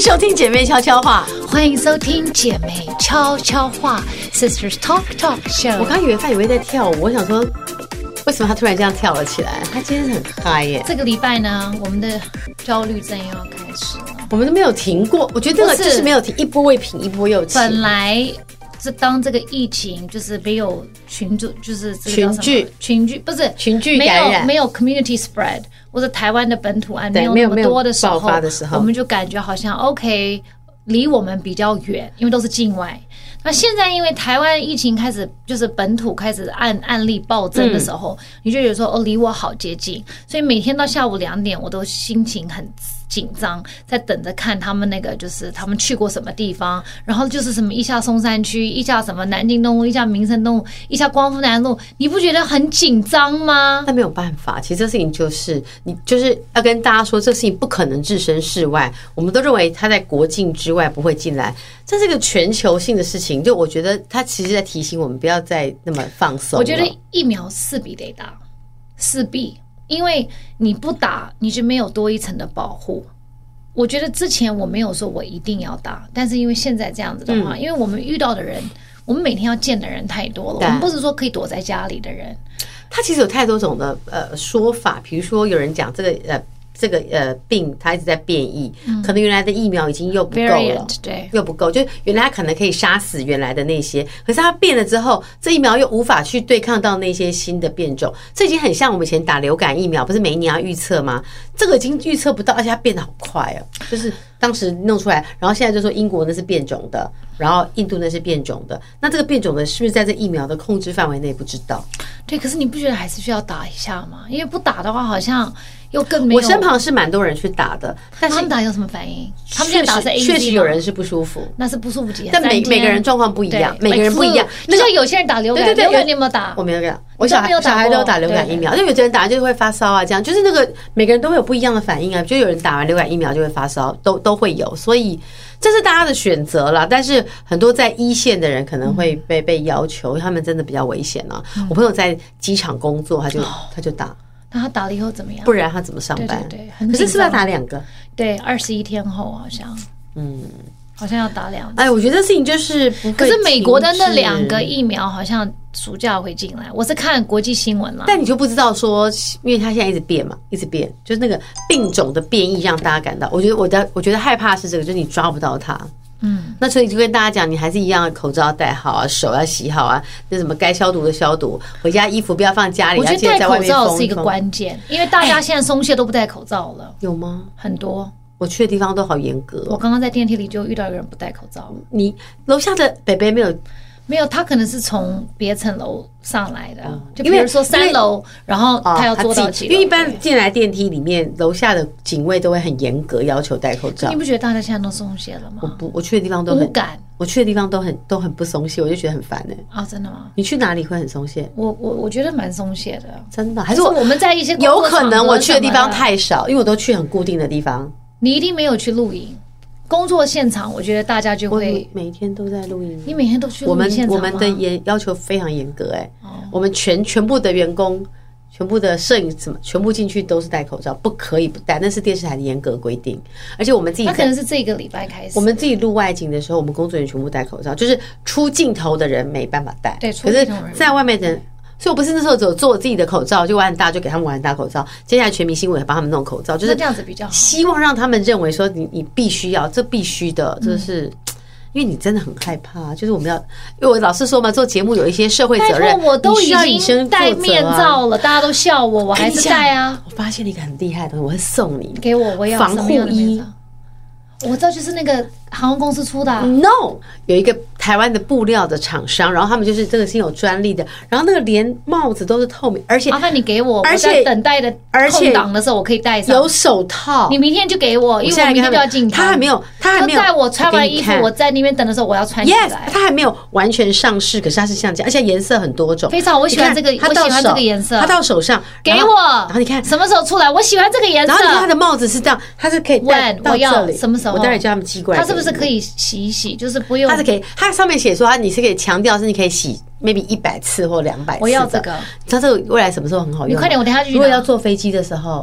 收听姐妹悄悄话， 欢迎收听姐妹悄悄话 Sisters Talk Show。 我刚以为他以为在跳舞，我想说为什么他突然这样跳了起来？他今天很嗨耶！ 这个礼拜呢，我们的焦虑症又要开始了。 我们都没有停过，我觉得这个就是没有停，一波未平一波又起。 本来当这个疫情就是没有群聚，就是群聚不是群聚感染， 没有 community spread， 或者台湾的本土案没有那么多的时候， 爆发的时候， 我们就感觉好像 OK， 离我们比较远，因为都是境外。那现在因为台湾疫情开始就是本土开始案例暴增的时候，你就觉得说离我好接近，所以每天到下午2点我都心情很紧张，在等着看他们那个就是他们去过什么地方，然后就是什么一下松山区，一下什么南京东路，一下民生东路，一下光复南路，你不觉得很紧张吗？ 但没有办法，其实这事情就是你就是要跟大家说，这事情不可能置身事外，我们都认为它在国境之外不会进来，这是一个全球性的事情。就我觉得他其实在提醒我们不要再那么放松了。 我觉得疫苗势必得打，势必。因为你不打，你就没有多一层的保护。我觉得之前我没有说我一定要打，但是因为现在这样子的话，因为我们遇到的人，我们每天要见的人太多了，我们不是说可以躲在家里的人。 他其实有太多种的说法，比如说有人讲这个病它一直在变异，可能原来的疫苗已经又不够了， 对， 又不够，就原来它可能可以杀死原来的那些，可是它变了之后，这疫苗又无法去对抗到那些新的变种，这已经很像我们以前打流感疫苗，不是每一年要预测吗？这个已经预测不到，而且它变得好快哦，就是当时弄出来，然后现在就说英国那是变种的，然后印度那是变种的，那这个变种的是不是在这疫苗的控制范围内不知道？ 对，可是你不觉得还是需要打一下吗？因为不打的话好像又更没有。 我身旁是蛮多人去打的，但是他们打有什么反应？他们现在打是 AZ 吗？ 确实有人是不舒服， 那是不舒服几天， 但每个人状况不一样，每个人不一样。 就像有些人打流感，流感你有没有打？ 我没有打，我小孩都有打流感疫苗，就有些人打就是会发烧啊，这样就是那个每个人都会有不一样的反应啊，就有人打完流感疫苗就会发烧，都会有，所以这是大家的选择啦。但是很多在一线的人可能会被要求，他们真的比较危险啊。我朋友在机场工作，他就打。 那他打了以后怎么样？ 不然他怎么上班？ 对， 可是是不是要打2个？ 对，21天后好像，好像要打2次。 哎，我觉得这事情就是不会。 可是美国的那2个疫苗好像暑假会进来，我是看国际新闻了。 但你就不知道说，因为它现在一直变嘛，一直变，就是那个病种的变异让大家感到，我觉得害怕是这个，就是你抓不到它。那所以就跟大家讲，你还是一样，口罩戴好啊，手要洗好啊，那什么该消毒的消毒，回家衣服不要放家里。 我觉得戴口罩是一个关键，因为大家现在松懈都不戴口罩了。 有吗？ 很多， 我去的地方都好严格。 我刚刚在电梯里就遇到一个人不戴口罩。 你楼下的北北没有，他可能是从别层楼上来的，就比如说3楼，然后他要坐到几楼。 因为一般进来电梯里面，楼下的警卫都会很严格要求戴口罩。 你不觉得大家现在都松懈了吗？ 我去的地方都很无感， 我去的地方都很不松懈，我就觉得很烦哎。 真的吗？ 你去哪里会很松懈？ 我觉得蛮松懈的， 真的。还是我们在一些有可能我去的地方太少，因为我都去很固定的地方。 你一定没有去露营。工作现场，我觉得大家就会每天都在录音。 你每天都去录音现场吗？ 我们的要求非常严格我们全部的员工、全部的摄影什么，全部进去都是戴口罩，不可以不戴，那是电视台的严格规定。而且我们自己， 那可能是这个礼拜开始， 我们自己录外景的时候，我们工作人员全部戴口罩，就是出镜头的人没办法戴， 对， 可是在外面的人。所以我不是那时候只有做我自己的口罩，就玩很大，就给他们玩很大口罩。接下来全民新闻也帮他们弄口罩，就是这样子比较好。 希望让他们认为说你必须要，这必须的，这是。因为你真的很害怕，就是我们要，因为我老是说嘛，做节目有一些社会责任， 我都已经戴面罩了，大家都笑我还是戴啊。 我发现了一个很厉害的东西，我会送你， 给我要防护衣。 我知道，就是那个航空公司出的。 No， 有一个台湾的布料的厂商，然后他们就是这个是有专利的，然后那个连帽子都是透明，而且麻烦你给我，而且等待的空档的时候我可以戴上， 有手套。 你明天就给我，因为我明天就要进他还没有， 在我穿完衣服，我在那边等的时候我要穿起来。 Yes， 他还没有完全上市，可是它是像这样，而且颜色很多种。 非常，我喜欢这个，我喜欢这个颜色。 它到手上， 给我， 然后你看什么时候出来？我喜欢这个颜色。 然后你看它的帽子是这样，它是可以戴到这里。 什么时候？ 我待会叫他们寄过来。 它是不是可以洗一洗？就是不用。 它是可以，它上面写说你是可以强调是你可以洗 maybe 100次或200次。 我要这个。 它这个未来什么时候很好用？ 你快点，我等下去。 如果要坐飞机的时候，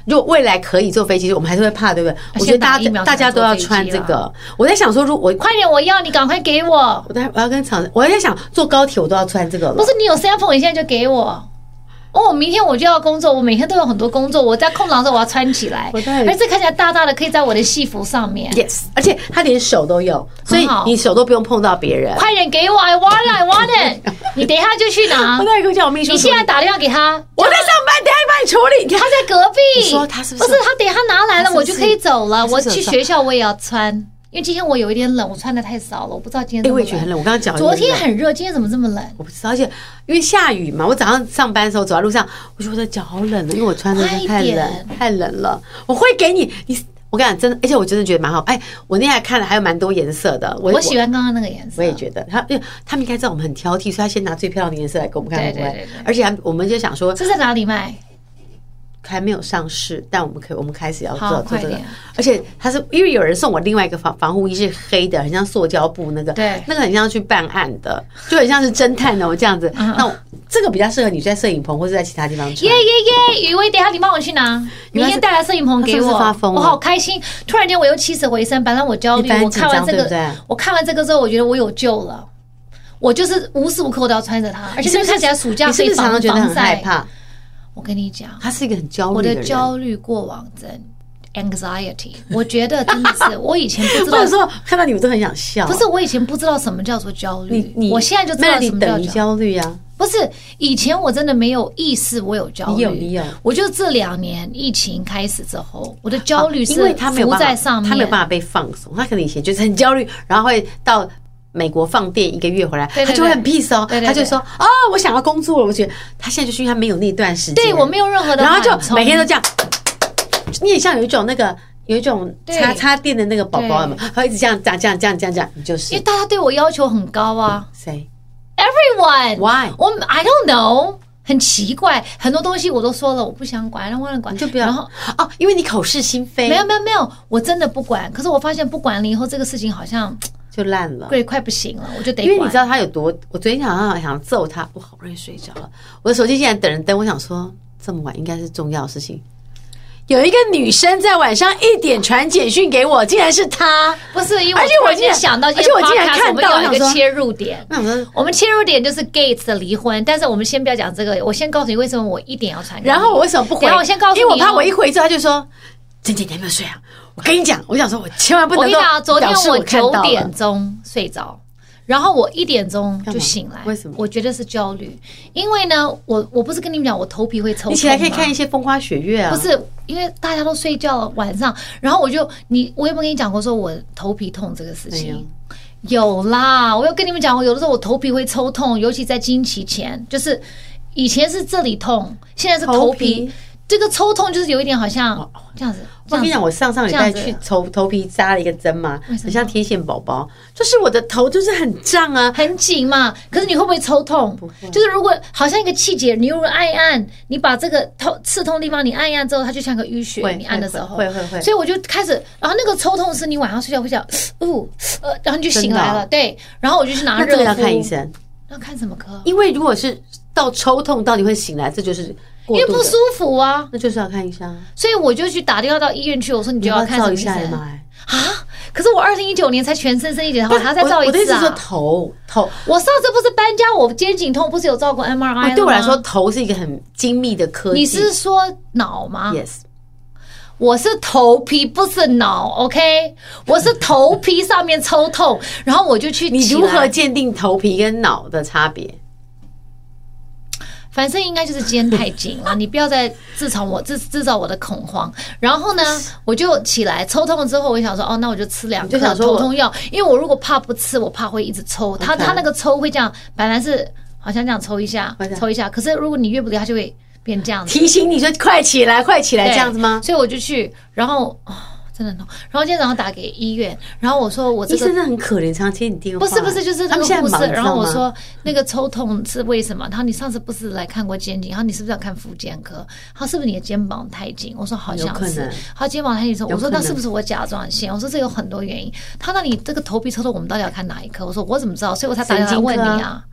如果未来可以坐飞机，我们还是会怕，对不对？我觉得大家都要穿这个。我在想说，如果快点，我要你赶快给我。 我要跟厂商，我在想坐高铁我都要穿这个了。 不是你有 sample， 你现在就给我。哦，明天我就要工作，我每天都有很多工作，我在空档的时候我要穿起来，而这看起来大大的，可以在我的戏服上面。 Yes， 而且它连手都有，所以你手都不用碰到别人。 快点给我 ，I want it！ 你等一下就去拿。 我待会跟我叫我秘书， 你现在打电话给他， 我在上班，等一下帮你处理。 他在隔壁。 你说他是不是？ 不是他等一下拿来了，我就可以走了。我去学校我也要穿。因为今天我有一点冷，我穿的太少了，我不知道今天。 我也觉得很冷。我刚刚讲， 昨天很热，今天怎么这么冷？ 我不知道，而且因为下雨嘛，我早上上班的时候走在路上，我觉得我的脚好冷了，因为我穿的太冷了。我会给你，我跟你讲，真的，而且我真的觉得蛮好。我那天还看了，还有蛮多颜色的。 我喜欢刚刚那个颜色。 我也觉得因为他们应该知道我们很挑剔，所以他先拿最漂亮的颜色来给我们看，会不会？而且我们就想说， 这在哪里卖？ 还没有上市，但我们开始要做这个，而且它是因为有人送我另外一个防护衣是黑的，很像塑胶布那个， 对， 那个很像去办案的，就很像是侦探的这样子。那这个比较适合你在摄影棚或者在其他地方穿。 雨薇，等一下你帮我去拿，明天带来摄影棚给我，我好开心。突然间我又起死回生，本来我焦虑，我看完这个之后，我觉得我有救了，我就是无时无刻我都要穿着它，而且这看起来暑假可以防晒。我跟你讲， 他是一个很焦虑的人。 我的焦虑过往症 ，anxiety， 我觉得真的是我以前不知道。 有时候看到你我都很想笑。 不是，我以前不知道什么叫做焦虑，我现在就知道什么叫焦虑啊。 不是，以前我真的没有意识我有焦虑。 你有。 我就这2年疫情开始之后，我的焦虑是浮在上面， 他没有办法被放松。他可能以前就是很焦虑，然后会到美国放电1个月回来，他就会很 peace 哦，他就说我想要工作了。我觉得他现在就是因为他没有那段时间， 对我没有任何的， 然后就每天都这样。你也像有一种插电的那个宝宝嘛，他一直这样，你就是。 因为大家对我要求很高啊。 谁 ？Everyone。 Why？ I don't know。很奇怪，很多东西我都说了，我不想管，让忘了管， 你就不要。然后因为你口是心非。 没有，我真的不管。可是我发现不管了以后，这个事情好像就烂了， 对，快不行了，我就得管。 因为你知道他有多，我昨天好像想揍他，我好不容易睡着了，我的手机竟然等人登，我想说这么晚应该是重要的事情。有一个女生在晚上1点传简讯给我，竟然是她。 不是，因为而且我竟然想到， 而且我竟然看到我们有一个切入点。我们切入点就是 Gates 的离婚，但是我们先不要讲这个，我先告诉你为什么我1点要传给你。 然后我为什么不回？ 我先告诉你， 因为我怕我一回之后他就说：“珍姐你还没有睡啊？”我跟你讲，我想说我千万不能够。 我跟你讲，昨天我9点钟睡着。然后我1点钟就醒来， 为什么？ 我觉得是焦虑，因为呢，我不是跟你们讲，我头皮会抽痛吗？ 你起来可以看一些风花雪月啊。 不是，因为大家都睡觉了晚上，然后我有没有跟你讲过说我头皮痛这个事情？有啦，我有跟你们讲过，有的时候我头皮会抽痛，尤其在经期前，就是以前是这里痛，现在是头皮。这个抽痛就是有一点好像这样子。 我跟你讲，我上礼拜去头皮扎了一个针嘛，很像天线宝宝，就是我的头就是很胀啊， 很紧嘛。可是你会不会抽痛？不会。就是如果好像一个气节，你如果按一按，你把这个刺痛的地方你按一按之后，它就像个淤血。你按的时候会。 所以我就开始，然后那个抽痛是你晚上睡觉会想，然后你就醒来了，对。然后我就去拿热敷。 那这个要看医生。 要看什么科？ 因为如果是到抽痛到你会醒来，这就是因为不舒服啊， 那就是要看医生。 所以我就去打电话到医院去，我说你就要看什么医生啊？可是我2019年才全身生一点，还要再照一次啊！ 我的意思说头， 我上次不是搬家，我肩颈痛不是有照过 MRI 吗？ 对我来说，头是一个很精密的科技。 你是说脑吗 ？Yes， 我是头皮，不是脑 ，OK？ 我是头皮上面抽痛，然后我就去。 你如何鉴定头皮跟脑的差别？ 反正应该就是肩太紧了，你不要再制造我的恐慌。然后呢，我就起来抽痛了之后，我就想说，那我就吃2颗头痛药，因为我如果怕不吃，我怕会一直抽。它那个抽会这样，本来是好像这样抽一下，可是如果你越不理，它就会变这样子。 提醒你说快起来，这样子吗？ 所以我就去，然后。真的痛，然后今天早上打给医院，然后我说我这个医生真的很可怜，常接你电话。 不是，就是那个护士。然后我说那个抽痛是为什么？他说你上次不是来看过肩颈？然后你是不是要看复健科？他是不是你的肩膀太紧？我说好像是。他肩膀太紧，我说那是不是我甲状腺？我说这有很多原因。他那你这个头皮抽痛，我们到底要看哪一科？我说我怎么知道？所以我才打电话问你啊。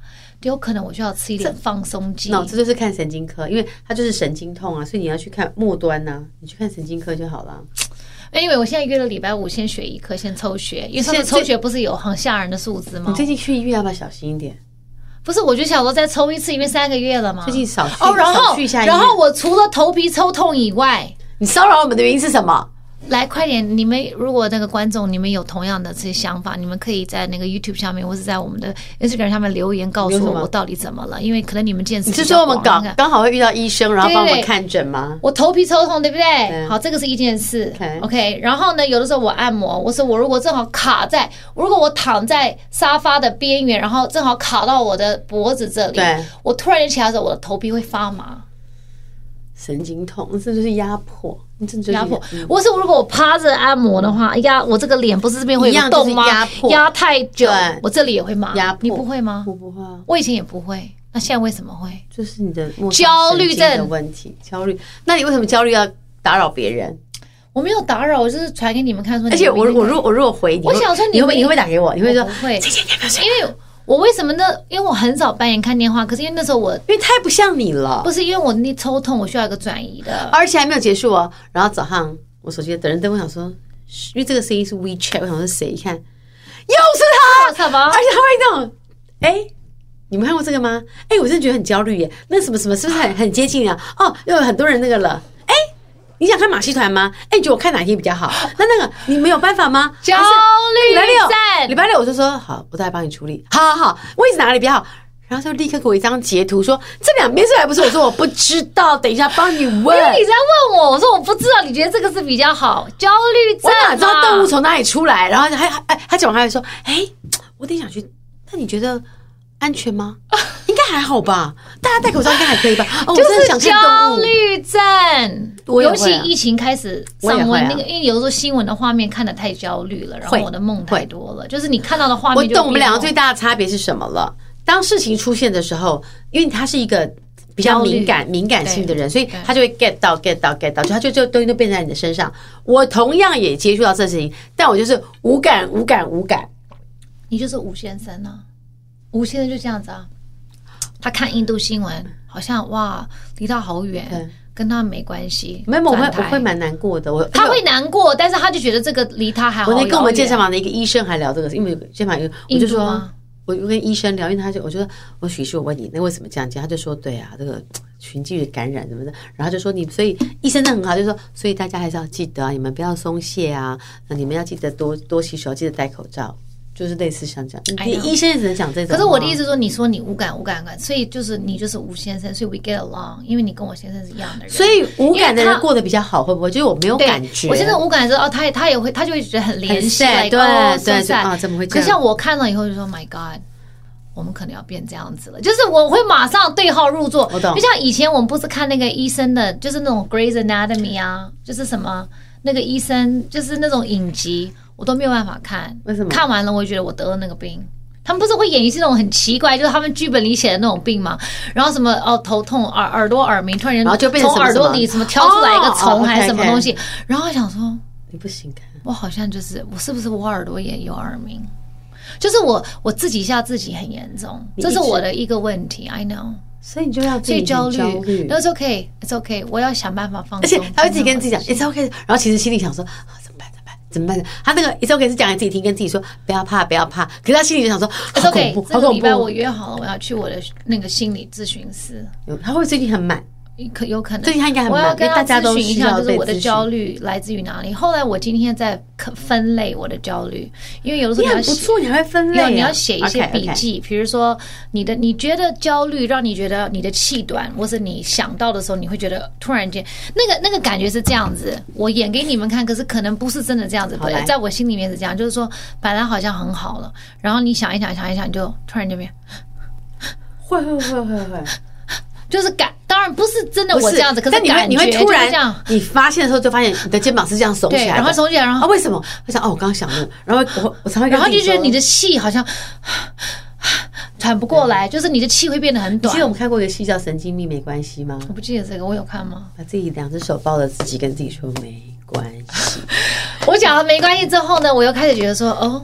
有可能我需要吃一点放松剂。 这就是看神经科，因为它就是神经痛啊，所以你要去看末端啊，你去看神经科就好了。 因为我现在约了礼拜5先血液科先抽血，因为他们抽血不是有很吓人的数字吗？ 你最近去医院要不要小心一点？ 不是，我就想说再抽一次，因为3个月了嘛。 最近少去然去一下医院。 然后我除了头皮抽痛以外， 你骚扰我们的原因是什么？ 来，快点！你们如果那个观众，你们有同样的这些想法，你们可以在那个 YouTube 下面，或是在我们的 Instagram 下面留言，告诉我到底怎么了。因为可能你们见识比较广。 你是说我们刚好会遇到医生，然后帮我们看诊吗？ 我头皮抽痛，对不对？好，这个是一件事。OK。然后呢，有的时候我按摩，我如果正好如果我躺在沙发的边缘，然后正好卡到我的脖子这里，我突然间起来的时候，我的头皮会发麻。 神经痛，这就是压迫， 压迫。如果我趴着按摩的话，我这个脸不是这边会有动吗？压太久，我这里也会麻。 压迫， 你不会吗？ 我不会， 我以前也不会。那现在为什么会？ 就是你的焦虑症的问题。焦虑，那你为什么焦虑要打扰别人？ 我没有打扰，我就是传给你们看说。 而且我如果回你， 我想说你会打给我，你会说不会， 因为。我为什么呢？因为我很少半夜看电话，可是因为那时候因为太不像你了。 不是因为我那抽痛，我需要一个转移的， 而且还没有结束哦。然后早上我手机等人灯，我想说，因为这个声音是 WeChat，我想说谁？一看，又是他，而且他会那种，你们看过这个吗？我真的觉得很焦虑耶。那什么是不是很接近啊？哦，又有很多人那个了。你想看马戏团吗？你觉得我看哪天比较好？那个你没有办法吗？ 焦虑症。 礼拜六我就说好，我再来帮你处理。好，位置哪里比较好？然后就立刻给我一张截图，说这两边是还不是？我说我不知道，等一下帮你问。因为你在问我，我说我不知道，你觉得这个是比较好？焦虑症， 我哪知道动物从哪里出来？然后他讲完还说，我得想去。那你觉得安全吗？应该还好吧，大家戴口罩应该还可以吧？ 就是焦虑症，尤其疫情开始上温，因为有的时候新闻的画面看得太焦虑了，然后我的梦太多了，就是你看到的画面。 我懂我们两个最大的差别是什么了？当事情出现的时候，因为他是一个比较敏感性的人，所以他就会 get 到，就他就东西都变在你的身上。我同样也接触到这事情，但我就是无感。 你就是吴先生啊，吴先生就这样子啊。他看印度新闻，好像哇，离他好远，跟他没关系。 没有，我会蛮难过的。 他会难过，但是他就觉得这个离他还好。 我那跟我们健身房的一个医生还聊这个，因为健身房我就说，我跟医生聊，因为我觉得我许是我问你，那为什么这样讲？他就说对啊，这个群聚感染什么的，然后他就说所以医生很好，就说所以大家还是要记得啊，你们不要松懈啊，你们要记得多洗手，记得戴口罩。就是类似像这样，医生也只能讲这种。 可是我的意思说，你说你无感，所以就是你就是吴先生，所以 we get along， 因为你跟我先生是一样的人。 所以无感的人过得比较好，会不会？就是我没有感觉。 我现在无感的时候，他也会，他就会觉得很怜惜， 对啊，怎么会这样？ 可像我看了以后就说 ，My God， 我们可能要变这样子了。就是我会马上对号入座。 我懂。 就像以前我们不是看那个医生的，就是那种 Grey's Anatomy 啊，就是什么那个医生，就是那种影集。我都没有办法看， 为什么？ 看完了我就觉得我得了那个病。他们不是会演一些那种很奇怪，就是他们剧本里写的那种病吗？然后什么头痛、耳朵耳鸣，突然间从耳朵里什么挑出来一个虫还是什么东西，然后想说你不行看， 我好像就是我是不是我耳朵也有耳鸣？就是我自己吓自己很严重，这是我的一个问题。I know。 所以你就要自己焦虑。No, it's okay, it's okay。我要想办法放松。 而且他会自己跟自己讲 it's okay， 然后其实心里想说怎么办？他那个 it's okay 是讲给自己听，跟自己说不要怕，可是他心里就想说好恐怖， 这个礼拜我约好了，我要去我的那个心理咨询师。 他会最近很满。 有可能， 最近他应该很满， 我要跟他咨询一下，就是我的焦焦虑来自于哪里。后来我今天在分类我的焦虑，因为有的时候你很不错，你还会分类， 你要写一些笔记，比如说你觉得焦虑让你觉得你的气短，或是你想到的时候，你会觉得突然间那个感觉是这样子。我演给你们看，可是可能不是真的这样子，对，在我心里面是这样，就是说本来好像很好了，然后你想一想，你就突然就变， 会。 就是当然不是真的我这样子，可是你会突然这样，你发现的时候就发现你的肩膀是这样耸起来的， 然后耸起来，然后为什么？我想我刚刚想的，然后我才会， 然后就觉得你的气好像喘不过来，就是你的气会变得很短。 记得我们看过一个戏叫《神经病没关系》吗？ 我不记得这个，我有看吗？ 把自己两只手抱着自己，跟自己说没关系。 我讲了没关系之后呢，我又开始觉得说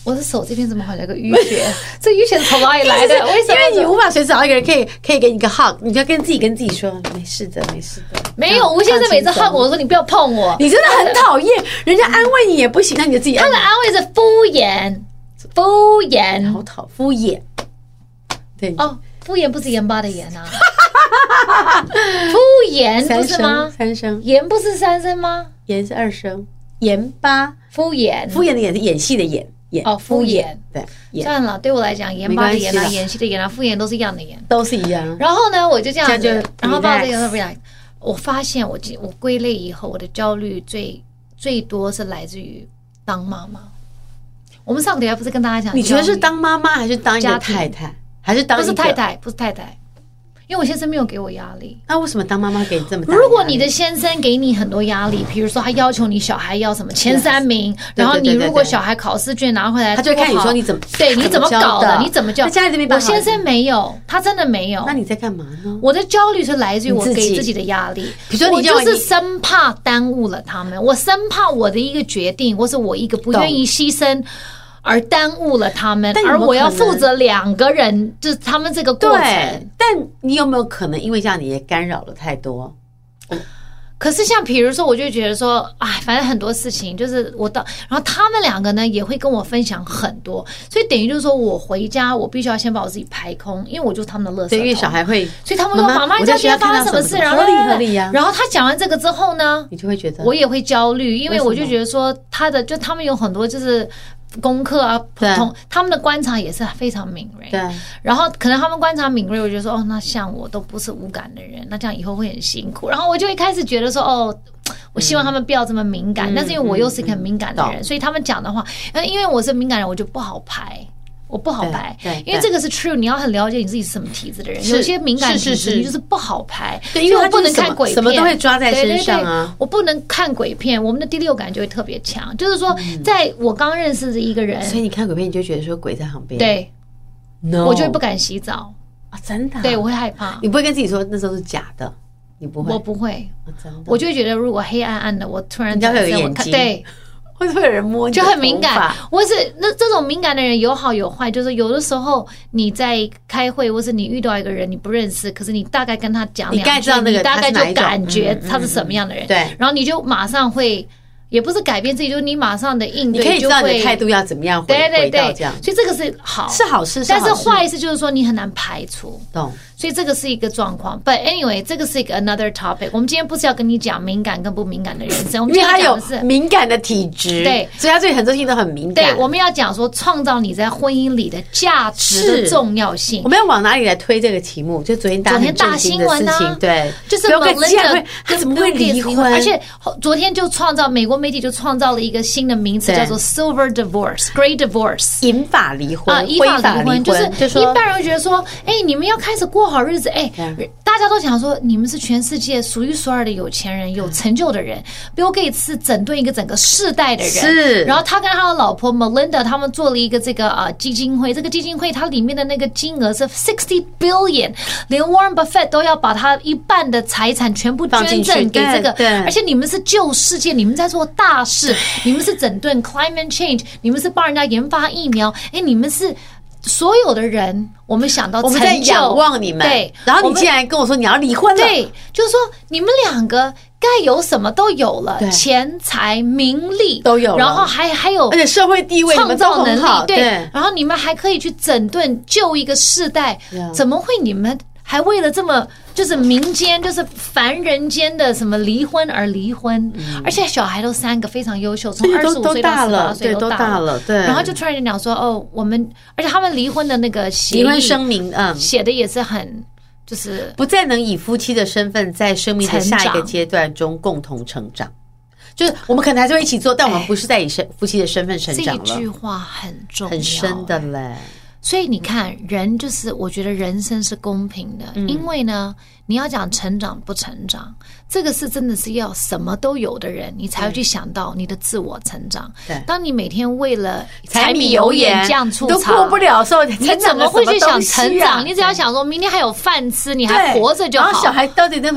我的手这边怎么好像有个淤血？这淤血是从哪里来的？为什么？ 因为你无法随时找一个人可以给你一个 hug， 你就要跟自己说没事的，没事的。 没有，吴先生每次 hug 我说你不要碰我， 你真的很讨厌，人家安慰你也不行，那你就自己安慰。 他的安慰是敷衍， 好敷衍。对哦，敷衍不是盐巴的盐啊，敷衍不是吗 ？3声， 盐不是3声吗？ 盐是2声，盐巴。 敷衍的演是演戏的演。 哦，敷衍， 对， 算了，对我来讲，盐巴的盐啊，演戏的演啊，敷衍都是一样的盐， 都是一样。 然后呢，我就这样子，然后把这个不讲，我发现我归类以后，我的焦虑最多是来自于当妈妈。我们上个礼拜不是跟大家讲， 你觉得是当妈妈还是当一个太太，还是当一个？ 不是太太。因为我先生没有给我压力， 那为什么当妈妈给你这么大压力？ 如果你的先生给你很多压力，比如说他要求你小孩要什么前3名，然后你如果小孩考试卷拿回来， 他就看你说你怎么搞的，你怎么教？ 家里这边我先生没有，他真的没有。 那你在干嘛呢？ 我的焦虑是来自于我给自己的压力，比如说我就是生怕耽误了他们，我生怕我的一个决定，或是我一个不愿意牺牲。而耽误了他们，而我要负责2个人，就是他们这个过程。 对，但你有没有可能因为这样你也干扰了太多？ 可是像比如说，我就觉得说，哎，反正很多事情就是然后他们2个呢也会跟我分享很多，所以等于就是说我回家，我必须要先把我自己排空，因为我就是他们的垃圾桶。 对，因为小孩会， 所以他们说妈妈你在学校发生什么事，然后合理呀。 然后他讲完这个之后呢， 你就会觉得我也会焦虑，因为我就觉得说他们有很多就是功课啊，他们的观察也是非常敏锐。 对， 然后可能他们观察敏锐，我就说哦，那像我都不是无感的人，那这样以后会很辛苦。然后我就会开始觉得说哦，我希望他们不要这么敏感，但是因为我又是一个很敏感的人，所以他们讲的话，因为我是敏感人，我就不好排。我不好排，因为这个是 true， 你要很了解你自己是什么体质的人。有些敏感体质你就是不好排， 因为我不能看鬼片， 什么都会抓在身上啊。 我不能看鬼片，我们的第6感就会特别强。就是说，在我刚认识的一个人， 所以你看鬼片，你就觉得说鬼在旁边， 对，我就会不敢洗澡啊，真的， 对我会害怕。 你不会跟自己说那时候是假的，你不会， 我不会， 真的， 我就会觉得如果黑暗暗的，我突然你要有眼睛， 对。 会不会有人摸你的就很敏感？我是这种敏感的人有好有坏，就是有的时候你在开会，或是你遇到一个人你不认识，可是你大概跟他讲2句，你大概就感觉他是什么样的人， 对， 然后你就马上会。也不是改变自己，就是你马上的应对就会， 你可以知道你的态度要怎么样回到这样， 所以这个是好事， 但是坏事就是说你很难排除， 懂？ 所以这个是一个状况。But anyway， 这个是一个 another topic。我们今天不是要跟你讲敏感跟不敏感的人生，我们今天要讲的是敏感的体质， 对， 所以他对很多事情都很敏感。 对，我们要讲说创造你在婚姻里的价值的重要性。 我们要往哪里来推这个题目？就昨天大新闻啊，对， 就是 Melinda 他怎么会离婚？ 而且昨天就美国媒体就创造了一个新的名词，叫做 Silver Divorce、Great Divorce， 银发离婚啊，依法离婚，就是一般人会觉得说，你们要开始过好日子，大家都想说，你们是全世界数一数二的有钱人、有成就的人。Bill Gates 是整顿一个整个世代的人， 是。 然后他跟他的老婆 Melinda 他们做了一个这个基金会，这个基金会它里面的那个金额是60 billion， 连 Warren Buffett 都要把他一半的财产全部捐赠给这个。而且你们是救世界，你们在做大事，你们是整顿 climate change， 你们是帮人家研发疫苗，你们是。所有的人，我们想到成就， 我们在仰望你们。对，然后你竟然跟我说你要离婚了， 对，就是说你们2个该有什么都有了，钱财、名利都有了， 然后还有， 而且社会地位、 创造能力， 对， 然后你们还可以去整顿救一个世代，怎么会你们还为了这么就是民间就是凡人间的什么离婚而离婚，而且小孩都3个非常优秀，从25岁到18岁都大了， 对。 然后就突然间讲说，我们，而且他们离婚的那个离婚声明， 写的也是很就是不再能以夫妻的身份在生命的下一个阶段中共同成长。就是我们可能还是会一起做，但我们不是在以夫妻的身份成长了。 这句话很重要， 很深的嘞。 所以你看，人就是我觉得人生是公平的，因为呢，你要讲成长不成长，这个是真的是要什么都有的人，你才会去想到你的自我成长。 对， 当你每天为了柴米油盐酱醋茶都过不了的时候， 你怎么会去想成长？你只要想说明天还有饭吃，你还活着就好。 然后小孩到底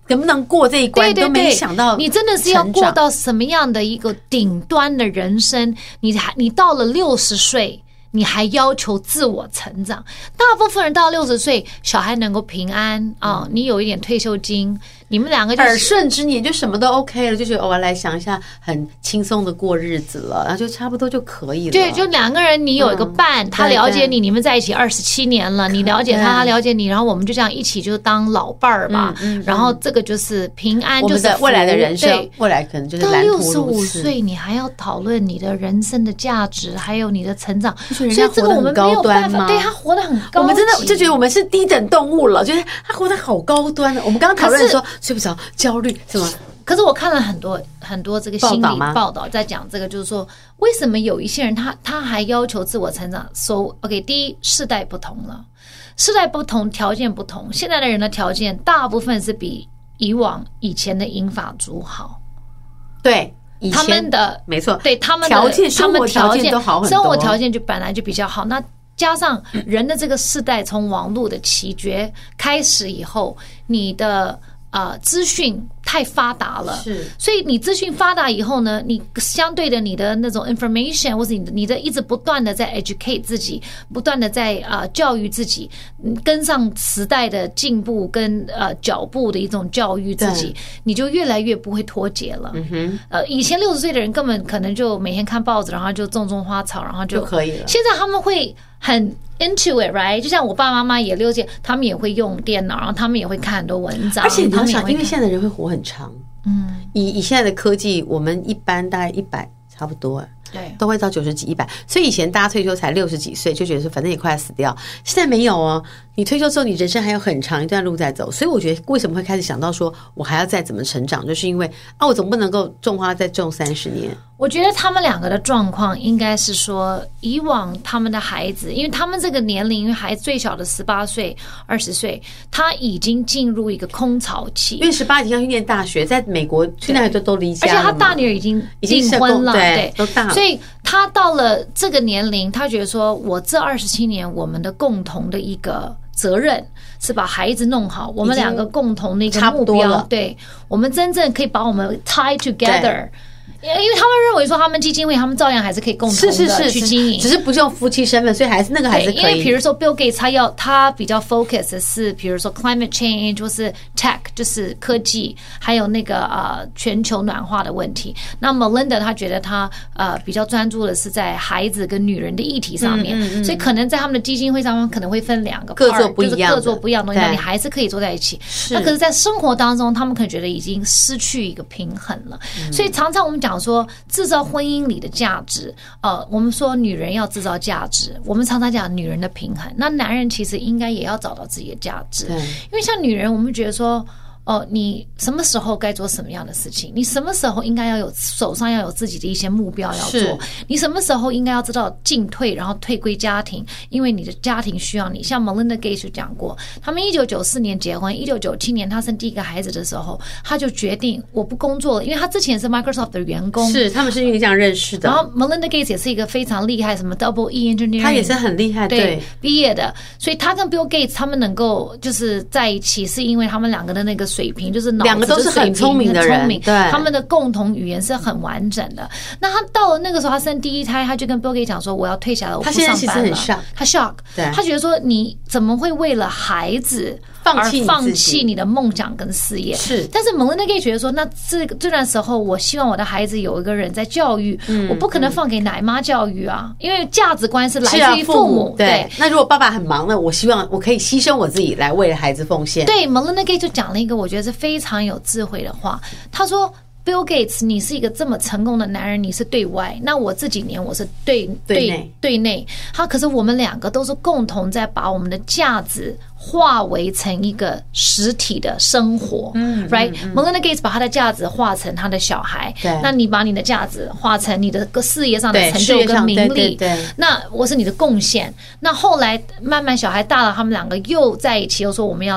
能不能过这一关， 对对对， 都没想到。 你真的是要过到什么样的一个顶端的人生？你到了60岁。你还要求自我成长，大部分人到60岁，小孩能够平安啊，你有一点退休金，你们两个就耳顺之年就什么都 OK 了，就觉得我来想一下，很轻松的过日子了，然后就差不多就可以了。 对，就两个人，你有一个伴，他了解你，你们在一起27年了，你了解他，他了解你，然后我们就这样一起就当老伴儿吧。然后这个就是平安，就是未来的人生，未来可能就是蓝图如此。 到65岁，你还要讨论你的人生的价值，还有你的成长。所以这个我们没有办法， 对他活得很高级， 我们真的就觉得我们是低等动物了，就是他活得好高端的。我们刚刚讨论说睡不着、焦虑什么， 可是我看了很多这个心理报道，在讲这个，就是说为什么有一些人他还要求自我成长。OK， 第一，世代不同了，世代不同，条件不同，现在的人的条件大部分是比以前的银发族好， 对。 他们的没错， 对他们的条件，生活条件都好很多， 生活条件就本来就比较好。那加上人的这个世代，从网络的起觉开始以后，你的资讯太发达了， 是， 所以你资讯发达以后呢，你相对的你的那种 information 或是你的一直不断的在 educate 自己，不断的在教育自己，跟上时代的进步跟脚步的一种教育自己，你就越来越不会脱节了。以前60岁的人根本可能就每天看报纸，然后就种花草，然后就可以了。 现在他们会很 into it， right？ 就像我爸爸妈妈也60岁，他们也会用电脑，然后他们也会看很多文章。 而且你要想，因为现在的人会活很长，以现在的科技，我们一般大概100差不多， 对， 都会到90几100，所以以前大家退休才60几岁，就觉得说反正也快要死掉。现在没有哦，你退休之后，你人生还有很长一段路在走。所以我觉得为什么会开始想到说我还要再怎么成长，就是因为我总不能够种花再种30年。 我觉得他们两个的状况应该是说，以往他们的孩子，因为他们这个年龄，因为孩子最小的18岁、20岁，他已经进入一个空巢期。 因为18已经要去念大学，在美国去那里都离家了， 而且他大女儿已经订婚了，对， 都大了。 所以他到了这个年龄，他觉得说，我这27年我们的共同的一个责任是把孩子弄好，我们两个共同的一个目标，对，我们真正可以把我们 tie together。因为他们认为说，他们基金会他们照样还是可以共同的去经营， 只是不是用夫妻身份，所以还是那个还是可以。 因为比如说 Bill Gates 他比较 focus 的是，比如说 climate change 或是 tech 就是科技，还有那个全球暖化的问题。那 Melinda 他觉得他比较专注的是在孩子跟女人的议题上面，所以可能在他们的基金会上面可能会分2个 part， 各做不一样， 就是各做不一样的东西，你还是可以坐在一起。那可是，在生活当中，他们可能觉得已经失去一个平衡了，所以常常我们讲说制造婚姻里的价值，我们说女人要制造价值，我们常常讲女人的平衡，那男人其实应该也要找到自己的价值，因为像女人，我们觉得说，你什么时候该做什么样的事情？你什么时候应该要有手上要有自己的一些目标要做？你什么时候应该要知道进退，然后退归家庭，因为你的家庭需要你。像 Melinda Gates 就讲过，他们1994年结婚，1997年他生第一个孩子的时候，他就决定我不工作了，因为他之前是 Microsoft 的员工， 是他们是因为这样认识的。 然后 Melinda Gates 也是一个非常厉害，什么 Double E Engineering， 他也是很厉害，对， 毕业的，所以他跟 Bill Gates 他们能够就是在一起，是因为他们两个的那个水平，就是脑子两个都是很聪明的人， 对，他们的共同语言是很完整的。那他到了那个时候，他生第一胎，他就跟 Bill Gates 讲说：“我要退下来，我不上班了。”他现在其实很 shock， 他 shock， 他觉得说你怎么会为了孩子而放弃你的梦想跟事业？ 是， 但是 Melinda Gates 觉得说，那这段时候，我希望我的孩子有一个人在教育，我不可能放给奶妈教育啊，因为价值观是来自于父母。 对，那如果爸爸很忙呢，我希望我可以牺牲我自己来为了孩子奉献。 对 ，Melinda Gates 就讲了一个我觉得是非常有智慧的话，他说 ：“Bill Gates， 你是一个这么成功的男人，你是对外，那我这几年我是对内。可是我们两个都是共同在把我们的价值化为成一个实体的生活，right？Melinda Gates 把他的价值化成他的小孩，那你把你的价值化成你的事业上的成就跟名利，那我是你的贡献。那后来慢慢小孩大了，他们两个又在一起，又说我们要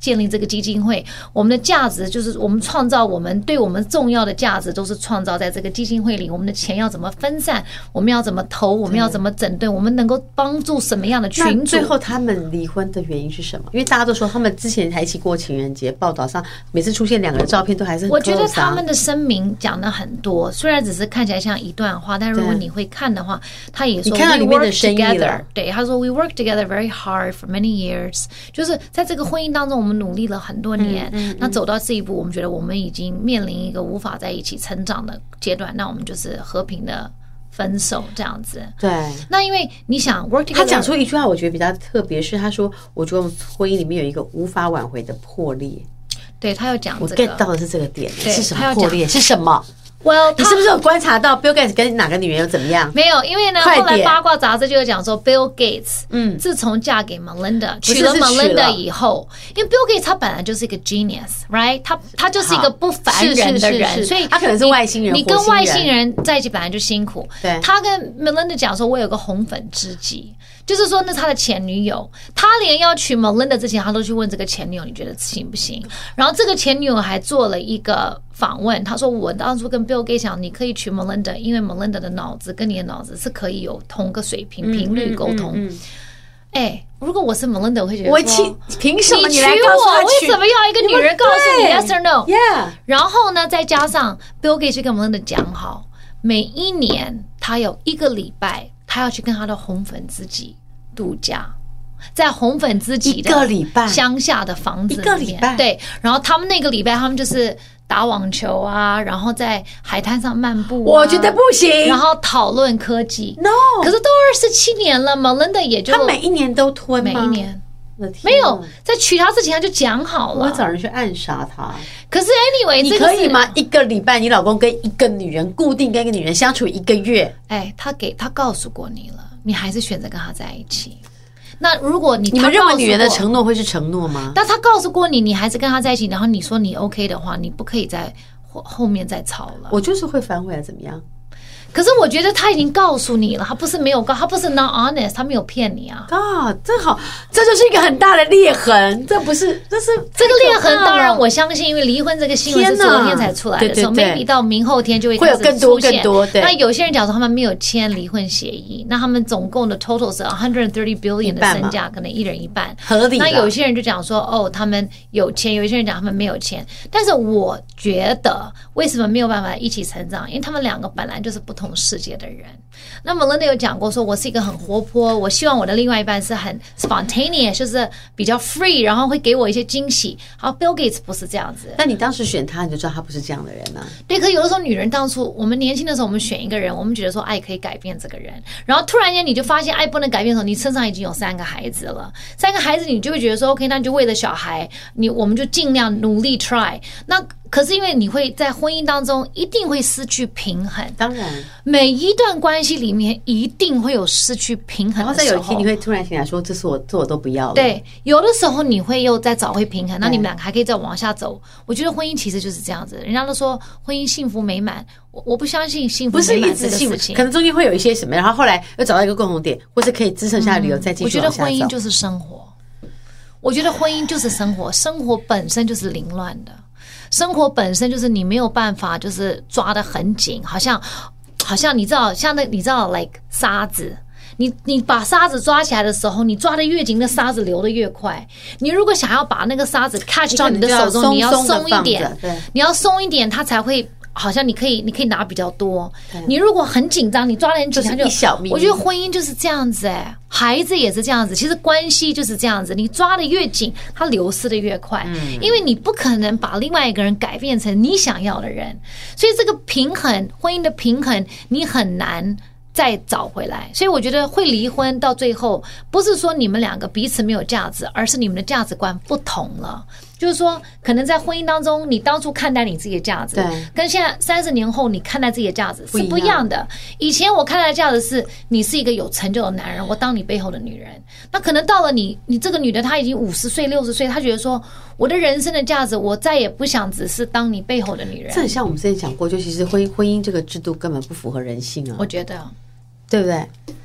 建立这个基金会，我们的价值就是我们创造我们对我们重要的价值都是创造在这个基金会里。我们的钱要怎么分散，我们要怎么投，我们要怎么整顿，我们能够帮助什么样的群组。 最后他们离婚的原因是什么？因为大家都说他们之前才一起过情人节，报道上每次出现两个人照片都还是很 close 啊。 我觉得他们的声明讲了很多，虽然只是看起来像一段话，但如果你会看的话，他也说你看到里面的深意了。 对，他说 We work together very hard for many years， 就是在这个婚姻当中，我们努力了很多年。那走到这一步，我们觉得我们已经面临一个无法在一起成长的阶段，那我们就是和平的分手这样子。 对， 那因为你想 work together， 他讲出一句话，我觉得比较特别，是他说，我觉得我们婚姻里面有一个无法挽回的破裂。 对，他有讲这个， 我 get 到的是这个点，是什么破裂？是什么 ？Well， 你是不是有观察到 Bill Gates 跟哪个女人有怎么样？ 没有，因为呢，后来八卦杂志就有讲说 Bill Gates，自从嫁给 Melinda， 娶了 Melinda 以后，因为 Bill Gates 他本来就是一个 genius，right？ 他就是一个不凡人的人，所以他可能是外星人。 你跟外星人在一起本来就辛苦。 对， 他跟 Melinda 讲说，我有个红粉知己。就是说，那是他的前女友，他连要娶 Melinda 之前，他都去问这个前女友，你觉得行不行？然后这个前女友还做了一个访问，他说：“我当初跟 Bill Gates 讲，你可以娶 Melinda， 因为 Melinda 的脑子跟你的脑子是可以有同个水平频率沟通。”如果我是 Melinda， 我会觉得说， 凭什么你娶我？为什么要一个女人告诉你 yes or no？ Yeah。 然后呢，再加上 Bill Gates 去跟 Melinda 讲好，每一年他有1个礼拜。他要去跟他的红粉知己度假，在红粉知己的乡下的房子里面，1个礼拜，对。然后他们那个礼拜，他们就是打网球啊，然后在海滩上漫步我觉得不行。 然后讨论科技 ，no。可是都27年了 ，Melinda 也就他每一年都吞吗？ 每一年。没有，在娶她之前他就讲好了。 我找人去暗杀他。 可是 anyway， 你可以吗？1个礼拜，你老公跟一个女人固定跟一个女人相处1个月， 他告诉过你了，你还是选择跟他在一起。那如果你们认为女人的承诺会是承诺吗？ 那他告诉过你，你还是跟他在一起，然后你说你 OK 的话，你不可以在后面再吵了。 我就是会反悔啊，怎么样？ 可是我觉得他已经告诉你了，他不是没有他不是 not honest， 他没有骗你啊。 这好，这就是一个很大的裂痕。这不是，这个裂痕。当然，我相信，因为离婚这个新闻是昨天才出来的时候 ，maybe 到明后天就会开始出现。 更多。 那有些人讲说他们没有签离婚协议，那他们总共的 total 是130 billion 的身价，可能一人一半， 合理。 那有些人就讲说，他们有签，有一些人讲他们没有签。但是我觉得，为什么没有办法一起成长？因为他们2个本来就是不同世界的人。那 Melinda 有讲过说，我是一个很活泼，我希望我的另外一半是很 spontaneous， 就是比较 free， 然后会给我一些惊喜。好 ，Bill Gates 不是这样子。 但你当时选他，你就知道他不是这样的人啊。 对，可有的时候女人当初我们年轻的时候，我们选一个人，我们觉得说爱可以改变这个人，然后突然间你就发现爱不能改变的时候，你身上已经有3个孩子了，3个孩子你就会觉得说 OK， 那你就为了小孩，我们就尽量努力 try。那可是因为你会在婚姻当中一定会失去平衡， 当然每一段关系里面一定会有失去平衡的时候， 然后再有一天你会突然醒来说，这我都不要了。 对，有的时候你会又再找回平衡，那你们2个还可以再往下走。我觉得婚姻其实就是这样子，人家都说婚姻幸福美满，我不相信幸福美满这个事情， 可能中间会有一些什么，然后后来又找到一个共同点，或是可以支撑下的理由，再继续往下走。 我觉得婚姻就是生活，我觉得婚姻就是生活，生活本身就是凌乱的。生活本身就是你没有办法，就是抓得很紧，好像你知道，像你知道 like 沙子，你把沙子抓起来的时候，你抓得越紧，那沙子流得越快。你如果想要把那个沙子 catch 到你的手中，你要松一点，你要松一点，它才会。好像你可以拿比较多。你如果很紧张，你抓得很紧，它就我觉得婚姻就是这样子孩子也是这样子，其实关系就是这样子，你抓得越紧，它流失的越快，因为你不可能把另外一个人改变成你想要的人，所以这个平衡，婚姻的平衡，你很难再找回来。所以我觉得会离婚到最后，不是说你们2个彼此没有价值，而是你们的价值观不同了。就是说，可能在婚姻当中，你当初看待你自己的价值，跟现在30年后你看待自己的价值是不一样的。以前我看待的价值是，你是一个有成就的男人，我当你背后的女人。那可能到了你这个女的，她已经50岁、60岁，她觉得说，我的人生的价值，我再也不想只是当你背后的女人。 这很像我们之前讲过，就其实婚姻这个制度根本不符合人性啊， 我觉得， 对不对？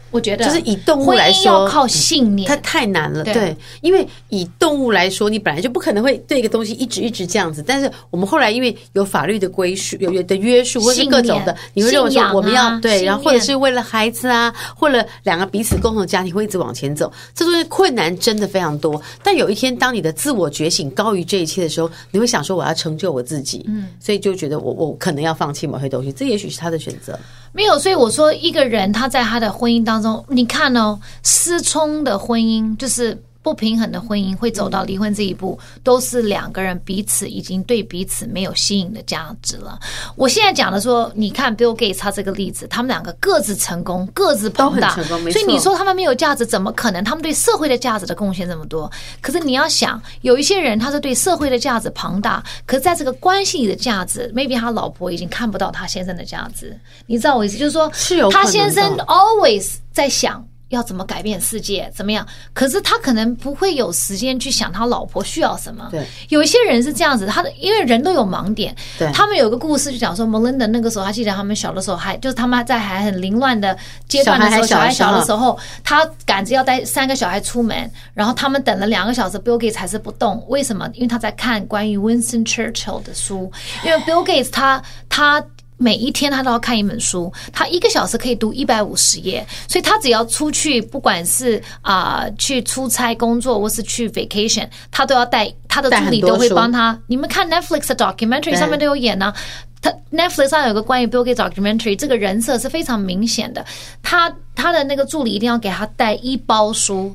我觉得就是以动物来说， 婚姻要靠信念， 它太难了。对，因为以动物来说，你本来就不可能会对一个东西一直这样子。但是我们后来因为有法律的规束、有的约束，或是各种的，你会认为说我们要对，然后或者是为了孩子啊，或者两个彼此共同的家庭会一直往前走，这中间困难真的非常多。但有一天，当你的自我觉醒高于这一切的时候，你会想说我要成就我自己，所以就觉得我可能要放弃某些东西，这也许是他的选择。 没有，所以我说一个人他在他的婚姻当中，你看哦，失聪的婚姻就是不平衡的婚姻会走到离婚这一步，都是两个人彼此已经对彼此没有吸引的价值了。我现在讲的说，你看 Bill Gates 他这个例子，他们两个各自成功，各自庞大， 都很成功，没错。 所以你说他们没有价值，怎么可能？他们对社会的价值的贡献这么多，可是你要想，有一些人他是对社会的价值庞大，可是在这个关系里的价值 ，maybe 他老婆已经看不到他先生的价值。你知道我意思，就是说，他先生 always 在想要怎么改变世界，怎么样？可是他可能不会有时间去想他老婆需要什么。 对， 有一些人是这样子，因为人都有盲点。 对， 他们有个故事就讲说 ，Melinda 那个时候，他记得他们小的时候就是他们在还很凌乱的阶段的时候，小孩小的时候，他赶着要带3个小孩出门，然后他们等了2个小时 ，Bill Gates 还是不动。为什么？因为他在看关于 Winston Churchill 的书，因为 Bill Gates 他每一天他都要看一本书，他1个小时可以读150页，所以他只要出去，不管是去出差工作或是去 vacation， 他都要带他的助理都会帮他。你们看 Netflix 的 documentary 上面都有演啊，他 Netflix 上有个关于 Bill Gates documentary， 这个人设是非常明显的。他的那个助理一定要给他带1包书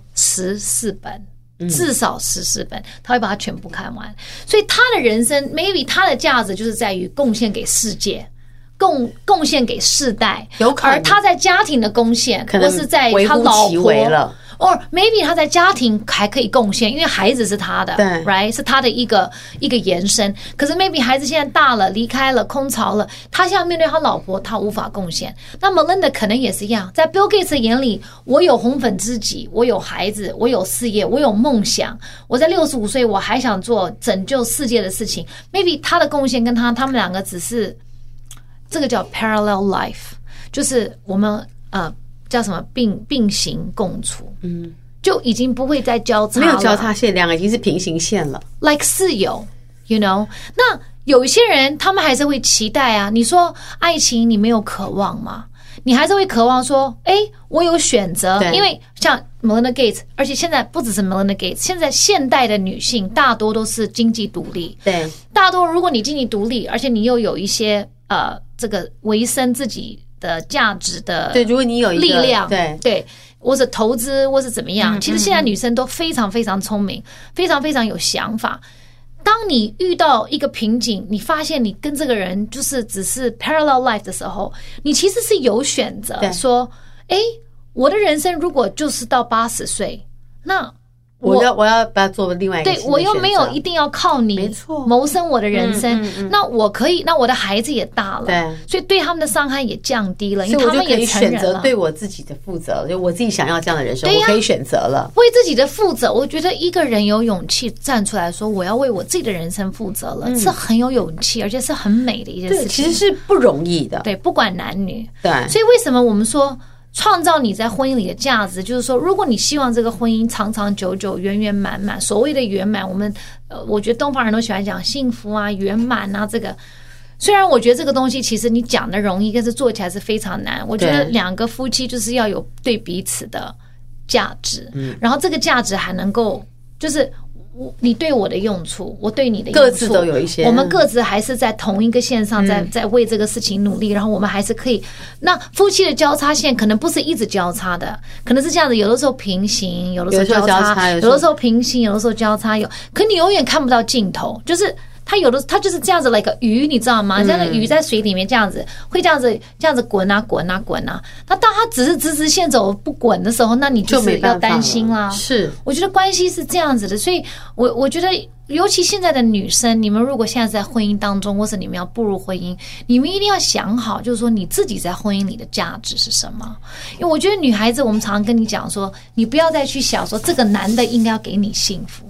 14本。至少14本，他会把它全部看完。所以他的人生 ，maybe 他的价值就是在于贡献给世界，贡献给世代。 有可能， 而他在家庭的贡献，或是在他老婆，or maybe 他在家庭还可以贡献，因为孩子是他的， 对 ，right 是他的一个延伸。可是 maybe 孩子现在大了，离开了，空巢了，他现在面对他老婆，他无法贡献。那 Melinda 可能也是一样，在 Bill Gates 的眼里，我有红粉知己，我有孩子，我有事业，我有梦想。我在65岁，我还想做拯救世界的事情。Maybe 他的贡献跟他们两个只是这个叫 parallel life， 就是我们叫什么并行共处，就已经不会再交叉了， 没有交叉线，两个已经是平行线了 ，like 室友 ，you know。那有一些人，他们还是会期待啊。你说爱情，你没有渴望吗？你还是会渴望说，我有选择，因为像 Melinda Gates， 而且现在不只是 Melinda Gates， 现在现代的女性大多都是经济独立， 对， 大多如果你经济独立，而且你又有一些这个维生自己的价值的， 对，如果你有一个力量， 对， 或者投资，或是怎么样，其实现在女生都非常非常聪明，非常非常有想法。当你遇到一个瓶颈，你发现你跟这个人就是只是 parallel life 的时候，你其实是有选择说，我的人生如果就是到80岁，那我要把它做另外一个，对，我又没有一定要靠你，没错，谋生我的人生。那我可以，那我的孩子也大了，对，所以对他们的伤害也降低了，因为他们也成人了。所以我就可以选择对我自己的负责，就我自己想要这样的人生，我可以选择了为自己的负责。我觉得一个人有勇气站出来说我要为我自己的人生负责了，是很有勇气，而且是很美的一件事情。其实是不容易的，对，不管男女，对。所以为什么我们说创造你在婚姻里的价值，就是说，如果你希望这个婚姻长长久久、圆圆满满，所谓的圆满，我觉得东方人都喜欢讲幸福啊、圆满啊。这个虽然我觉得这个东西其实你讲的容易，但是做起来是非常难。我觉得两个夫妻就是要有对彼此的价值，然后这个价值还能够就是你对我的用处，我对你的用处，各自都有一些，我们各自还是在同一个线上，在为这个事情努力，然后我们还是可以。那夫妻的交叉线可能不是一直交叉的，可能是这样子，有的时候平行，有的时候交叉，有的时候平行，有的时候交叉，可你永远看不到尽头，就是它就是这样子，like 个鱼，你知道吗？这样的鱼在水里面这样子，会这样子滚啊滚啊滚啊。那当它只是直线走不滚的时候，那你就是要担心啦。是，我觉得关系是这样子的，所以我觉得，尤其现在的女生，你们如果现在在婚姻当中，或是你们要步入婚姻，你们一定要想好，就是说你自己在婚姻里的价值是什么。因为我觉得女孩子，我们常常跟你讲说，你不要再去想说这个男的应该要给你幸福。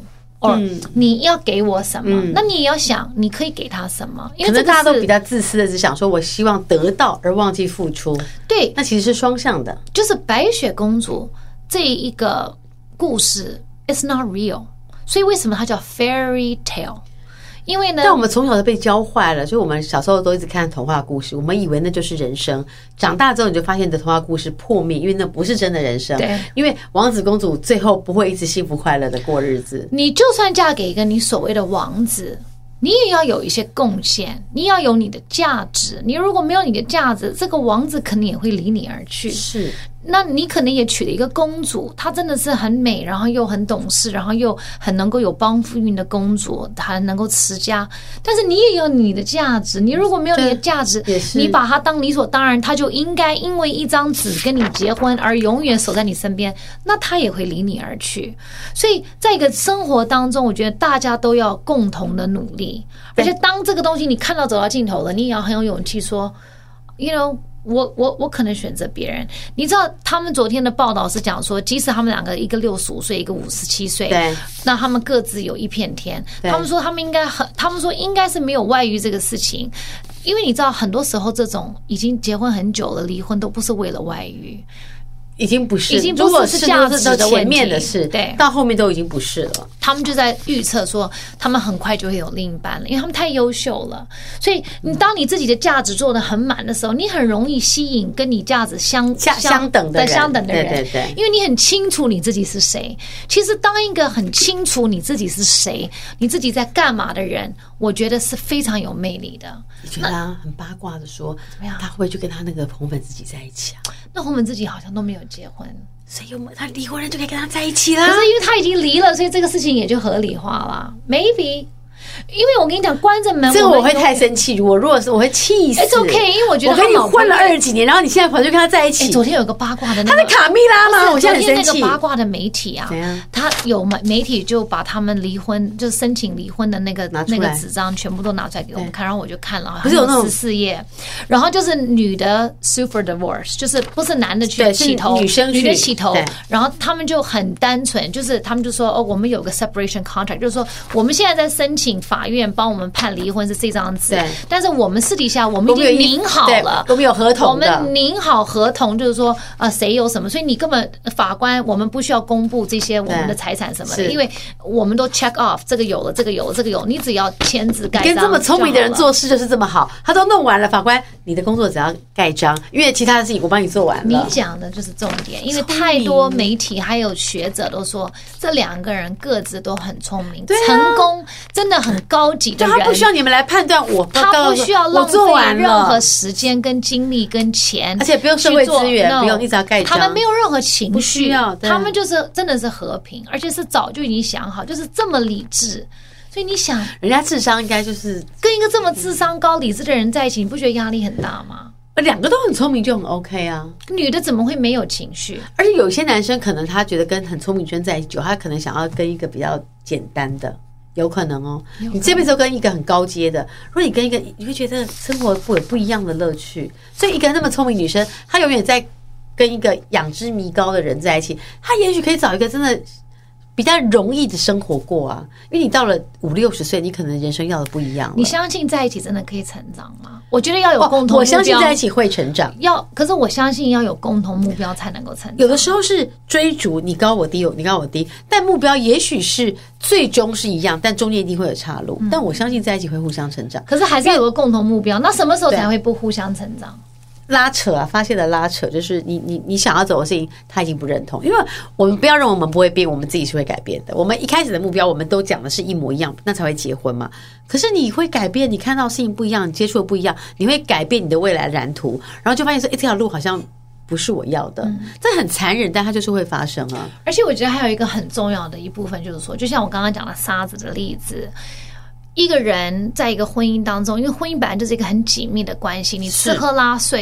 你要给我什么，那你也要想你可以给他什么，因为可能大家都比较自私的，只想说我希望得到而忘记付出。 对， 那其实是双向的。 就是白雪公主这一个故事 it's not real， 所以为什么它叫 fairy tale？因为呢， 但我们从小就被教坏了，所以我们小时候都一直看童话故事，我们以为那就是人生。长大之后你就发现你的童话故事破灭，因为那不是真的人生。 对， 因为王子公主最后不会一直幸福快乐的过日子。 你就算嫁给一个你所谓的王子，你也要有一些贡献，你要有你的价值。你如果没有你的价值，这个王子肯定也会离你而去。 是。 那你可能也娶了一个公主，她真的是很美，然后又很懂事，然后又很能够有帮夫运的公主，她能够持家。但是你也有你的价值，你如果没有你的价值，你把她当理所当然，她就应该因为一张纸跟你结婚而永远守在你身边，那她也会离你而去。所以在一个生活当中，我觉得大家都要共同的努力，而且当这个东西你看到走到尽头了，你也要很有勇气说 ，you know。我可能选择别人。你知道他们昨天的报道是讲说，即使他们两个一个65岁，一个57岁， 对， 那他们各自有一片天。他们说他们说应该是没有外遇这个事情，因为你知道很多时候这种已经结婚很久了，离婚都不是为了外遇。 已经不是， 如果是价值的问题， 前面的事， 对， 到后面都已经不是了。 他们就在预测说，他们很快就会有另一半了，因为他们太优秀了。所以，当你自己的价值做得很满的时候，你很容易吸引跟你价值相等的人， 对， 因为你很清楚你自己是谁。其实，当一个很清楚你自己是谁，你自己在干嘛的人，我觉得是非常有魅力的。 你觉得他很八卦的说，他会不会就跟他那个红粉知己在一起啊？ 那红粉知己好像都没有结婚， 所以他离婚了就可以跟他在一起啦。 可是因为他已经离了，所以这个事情也就合理化了。Maybe。因为我跟你讲，关着门， 这个我会太生气。如果是我会气死。 It's okay， 因为我觉得我跟你混了20几年，然后你现在跑去跟他在一起。 昨天有个八卦的， 他是卡蜜拉吗？我现在很生气。 昨天那个八卦的媒体啊，他有媒体就把他们离婚，就是申请离婚的那个纸张全部都拿出来给我们看，然后我就看了，不是有14页，然后就是女的 super divorce， 就是不是男的去起头，女的起头，然后他们就很单纯，就是他们就说我们有个 separation contract， 就是说我们现在在申请法院帮我们判离婚是这张纸，但是我们私底下我们已经拧好了， 我们有合同， 我们拧好合同，就是说谁有什么，所以你根本法官我们不需要公布这些我们的财产什么的，因为我们都 check off， 这个有了，这个有了，这个有，你只要签字盖章。 跟这么聪明的人做事就是这么好，他都弄完了，法官你的工作只要盖章，因为其他的事情我帮你做完了。 你讲的就是重点，因为太多媒体还有学者都说这两个人各自都很聪明，成功真的很高级的人， 他不需要你们来判断我， 他不需要浪费任何时间跟精力跟钱， 而且不用社会资源，不用你只要盖章， 他们没有任何情绪， 不需要， 他们就是真的是和平，而且是早就已经想好，就是这么理智。所以你想， 人家智商应该就是跟一个这么智商高、理智的人在一起，你不觉得压力很大吗？ 两个都很聪明就很 OK 啊。 女的怎么会没有情绪？ 而且有些男生可能他觉得跟很聪明女生在一起久，他可能想要跟一个比较简单的。有可能哦，你这辈子都跟一个很高阶的，如果你跟一个，你会觉得生活会有不一样的乐趣。所以一个那么聪明女生，她永远在跟一个仰之弥高的人在一起，她也许可以找一个真的比较容易的生活过啊。因为你到了50-60岁，你可能人生要的不一样了。 你相信在一起真的可以成长吗？我觉得要有共同目标。 我相信在一起会成长， 可是我相信要有共同目标才能够成长。 有的时候是追逐你高我低，你高我低，但目标也许是最终是一样，但中间一定会有岔路。但我相信在一起会互相成长。 可是还是要有个共同目标，那什么时候才会不互相成长？ 拉扯啊，发现的拉扯就是你想要走的事情，他已经不认同。因为我们不要认为我们不会变，我们自己是会改变的。我们一开始的目标，我们都讲的是一模一样，那才会结婚嘛。可是你会改变，你看到事情不一样，你接触的不一样，你会改变你的未来蓝图，然后就发现说，这条路好像不是我要的，这很残忍，但它就是会发生啊。 而且我觉得还有一个很重要的一部分，就是说，就像我刚刚讲的沙子的例子。一个人在一个婚姻当中，因为婚姻本来就是一个很紧密的关系，你吃喝拉睡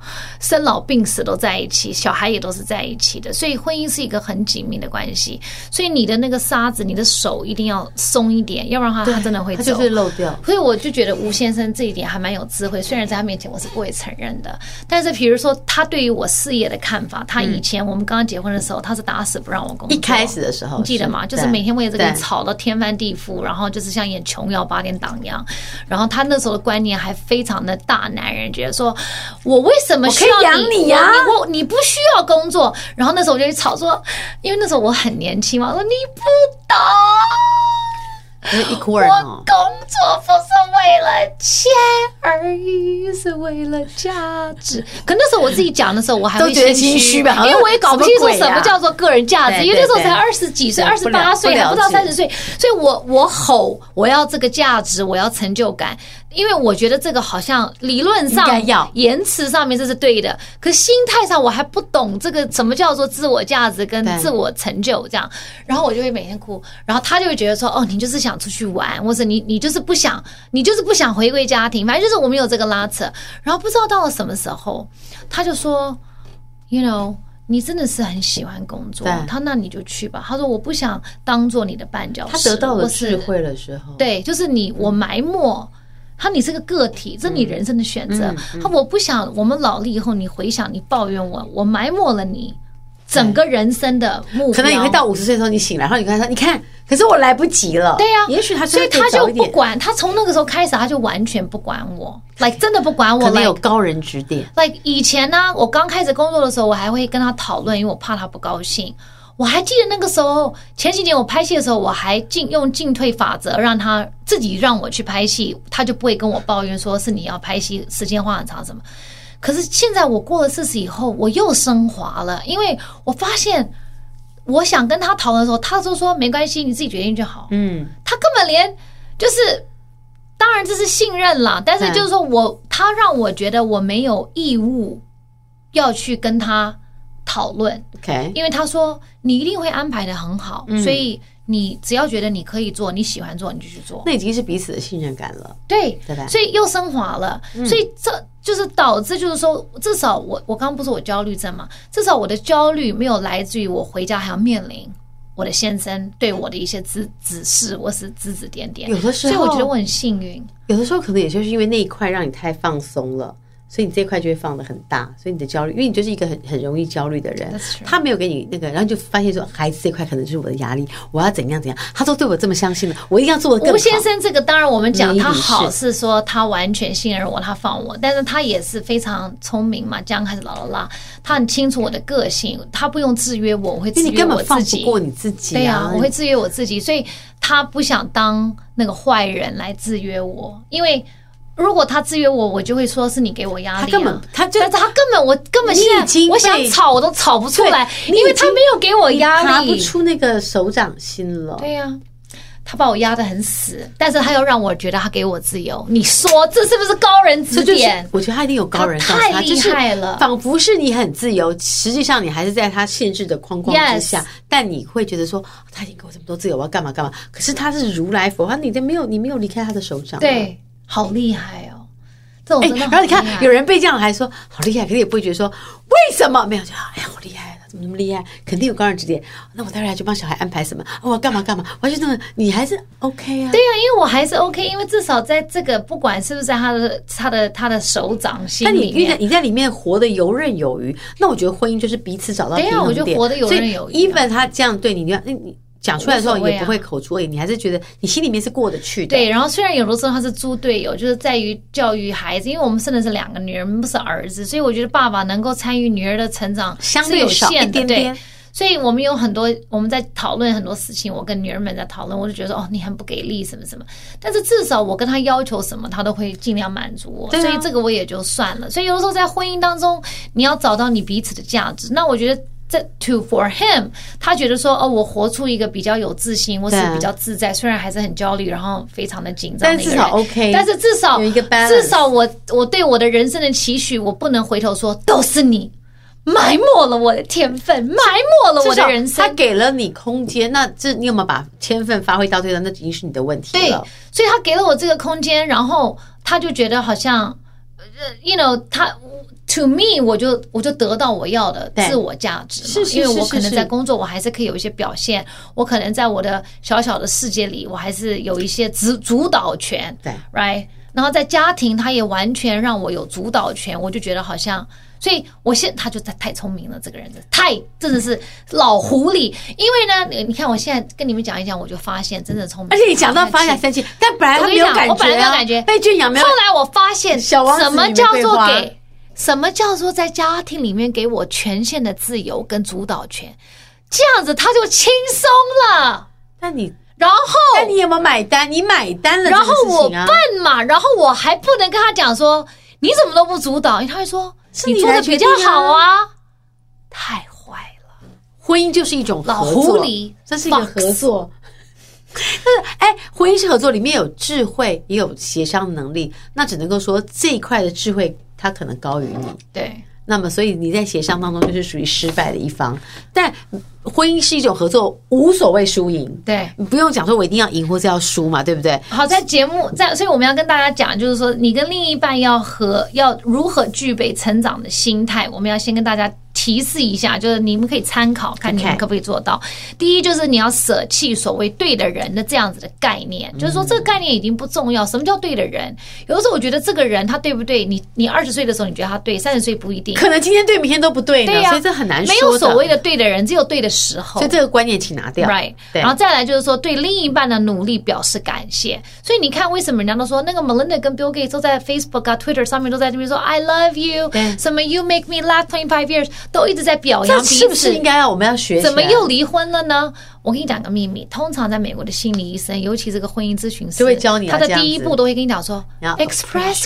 生老病死都在一起，小孩也都是在一起的，所以婚姻是一个很紧密的关系。所以你的那个沙子，你的手一定要松一点，要不然他真的会走， 他就是漏掉。 所以我就觉得吴先生这一点还蛮有智慧，虽然在他面前我是不会承认的，但是比如说他对于我事业的看法，他以前我们刚刚结婚的时候，他是打死不让我工作。 一开始的时候， 你记得吗？就是每天为了这个吵到天翻地覆，然后就是像演琼瑶8点档一样。然后他那时候的观念还非常的大男人，觉得说我为什么需要我可以养你呀？ 你不需要工作。然后那时候我就去吵说，因为那时候我很年轻嘛，我说你不懂。 一哭二闹， 我工作不是为了钱而已，是为了价值。可那时候我自己讲的时候，我还会心虚吧，因为我也搞不清楚什么叫做个人价值。因为那时候才20几岁、28岁，还不到30岁，所以我吼我要这个价值，我要成就感。因为我觉得这个好像理论上、言辞上面这是对的，可心态上我还不懂这个什么叫做自我价值跟自我成就这样。然后我就会每天哭，然后他就会觉得说，哦，你就是想出去玩，或者你就是不想回归家庭，反正就是我们有这个拉扯。然后不知道到了什么时候，他就说 ，you know。你真的是很喜欢工作，他那你就去吧。他说我不想当做你的绊脚石。 他得到了智慧的时候， 对，就是我埋没。你是个个体，这是你人生的选择。我不想我们老了以后，你回想你抱怨我埋没了你整个人生的目标。 可能你会到50岁的时候，你醒来，然后你跟他说，你看，可是我来不及了。 对呀， 也许他所以他就不管，他从那个时候开始，他就完全不管我，like 真的不管我。 可能有高人指点。 like 以前呢，我刚开始工作的时候，我还会跟他讨论，因为我怕他不高兴。我还记得那个时候，前几年我拍戏的时候，我还用进退法则，让他自己让我去拍戏，他就不会跟我抱怨说是你要拍戏，时间花很长什么。可是现在我过了40以后，我又升华了，因为我发现我想跟他讨论的时候，他就说没关系，你自己决定就好。他根本连就是，当然这是信任啦，但是就是说他让我觉得我没有义务要去跟他讨论。 Okay. 因为他说你一定会安排的很好，所以你只要觉得你可以做，你喜欢做，你就去做。 那已经是彼此的信任感了， 对吧？ 所以又升华了，所以这就是导致，就是说，至少我刚刚不是我焦虑症嘛，至少我的焦虑没有来自于我回家还要面临我的先生对我的一些指示，或是指指点点。 有的时候， 所以我觉得我很幸运。 有的时候可能也就是因为那一块让你太放松了。所以你这一块就会放得很大，所以你的焦虑，因为你就是一个很容易焦虑的人，他没有给你那个，然后就发现说，孩子这块可能就是我的压力，我要怎样，他都对我这么相信了，我一定要做得更好。 吴先生这个当然我们讲他好是说他完全信任我，他放我，但是他也是非常聪明嘛，这样开始啦，他很清楚我的个性，他不用制约我，我会制约我自己。 你根本放不过你自己啊！ 对啊，我会制约我自己，所以他不想当那个坏人来制约我，因为。如果他制约我，我就会说是你给我压力、啊。但是他根本现在我想吵我都吵不出来，因为他没有给我压力， 拿不出那个手掌心了。 对呀、啊，他把我压得很死，但是他又让我觉得他给我自由。你说这是不是高人指点？ 我觉得他一定有高人告诉他，太厉害了， 仿佛是你很自由，实际上你还是在他限制的框框之下。Yes. 但你会觉得说，他已经给我这么多自由，我要干嘛干嘛？可是他是如来佛，你没有离开他的手掌。 对。好厉害哦！这种真的然后你看，有人被这样还说好厉害，可是也不会觉得说为什么没有就好厉害了，怎么那么厉害？肯定有高人指点。那我待会还去帮小孩安排什么？我要干嘛？我要去那么，你还是 OK 啊？ 对啊，因为我还是 OK， 因为至少在这个不管是不是在他的手掌心里面， 但你在里面活得游刃有余。那我觉得婚姻就是彼此找到平衡点。 对啊，我就活得游刃有余。 even 他这样对你，你讲出来的时候也不会口出恶言，你还是觉得你心里面是过得去的。 对，然后虽然有的时候他是猪队友，就是在于教育孩子，因为我们生的是2个女儿，不是儿子，所以我觉得爸爸能够参与女儿的成长是有限的，对。所以我们有很多我们在讨论很多事情，我跟女儿们在讨论，我就觉得说你很不给力什么什么，但是至少我跟他要求什么，他都会尽量满足我，所以这个我也就算了。所以有的时候在婚姻当中，你要找到你彼此的价值，那我觉得。for him， 他觉得说我活出一个比较有自信，或是比较自在，虽然还是很焦虑，然后非常的紧张的一个人， 但至少 OK， 但是至少有一个 balance， 至少我对我的人生的期许，我不能回头说都是你埋没了我的天分，埋没了我的人生。 他给了你空间，那这你有没有把天分发挥到对的？那已经是你的问题了。 对，所以他给了我这个空间，然后他就觉得好像，you know，他。 to me 我就得到我要的自我价值嘛，因为我可能在工作我还是可以有一些表现，我可能在我的小小的世界里我还是有一些主导权， 对 right， 然后在家庭他也完全让我有主导权，我就觉得好像，所以他就太聪明了，这个人真的是老狐狸。因为呢，你看我现在跟你们讲一讲，我就发现真的聪明。 而且你讲到发现生气，但本来他没有感觉， 我本来没有感觉， 被圈养没有。 后来我发现， 小王子什么叫做在家庭里面给我权限的自由跟主导权，这样子他就轻松了。 但你有没有买单？你买单了， 然后我笨嘛，然后我还不能跟他讲说你怎么都不主导，因为他会说你做的比较好啊，太坏了。 婚姻就是一种合作， 老狐狸， 这是一个合作。但是，婚姻是合作，里面有智慧，也有协商能力。那只能够说这一块的智慧，它可能高于你。 对。 那么，所以你在协商当中就是属于失败的一方。但婚姻是一种合作，无所谓输赢。 对， 你不用讲说我一定要赢或是要输嘛，对不对？ 好，在节目所以我们要跟大家讲，就是说你跟另一半要如何具备成长的心态，我们要先跟大家提示一下，就是你们可以参考看你们可不可以做到。第一，就是你要舍弃所谓对的人的这样子的概念，就是说这个概念已经不重要。什么叫对的人？有的时候我觉得这个人他对不对，你20岁的时候你觉得他对，30岁不一定， 可能今天对明天都不对呢。对啊，所以这很难说的。 没有所谓的对的人，只有对的时候。 所以这个观念请拿掉。 Right， 然后再来就是说对另一半的努力表示感谢。所以你看为什么人家都说那个 Melinda 跟 Bill Gates 都在 Facebook 啊 Twitter 上面都在这边说 I love you， 什么 You make me last 25 years， 都一直在表扬彼此。 这是不是应该我们要学习？ 怎么又离婚了呢？我跟你讲个秘密，通常在美国的心理医生，尤其这个婚姻咨询师， 就会教你他的第一步都会跟你讲说 Express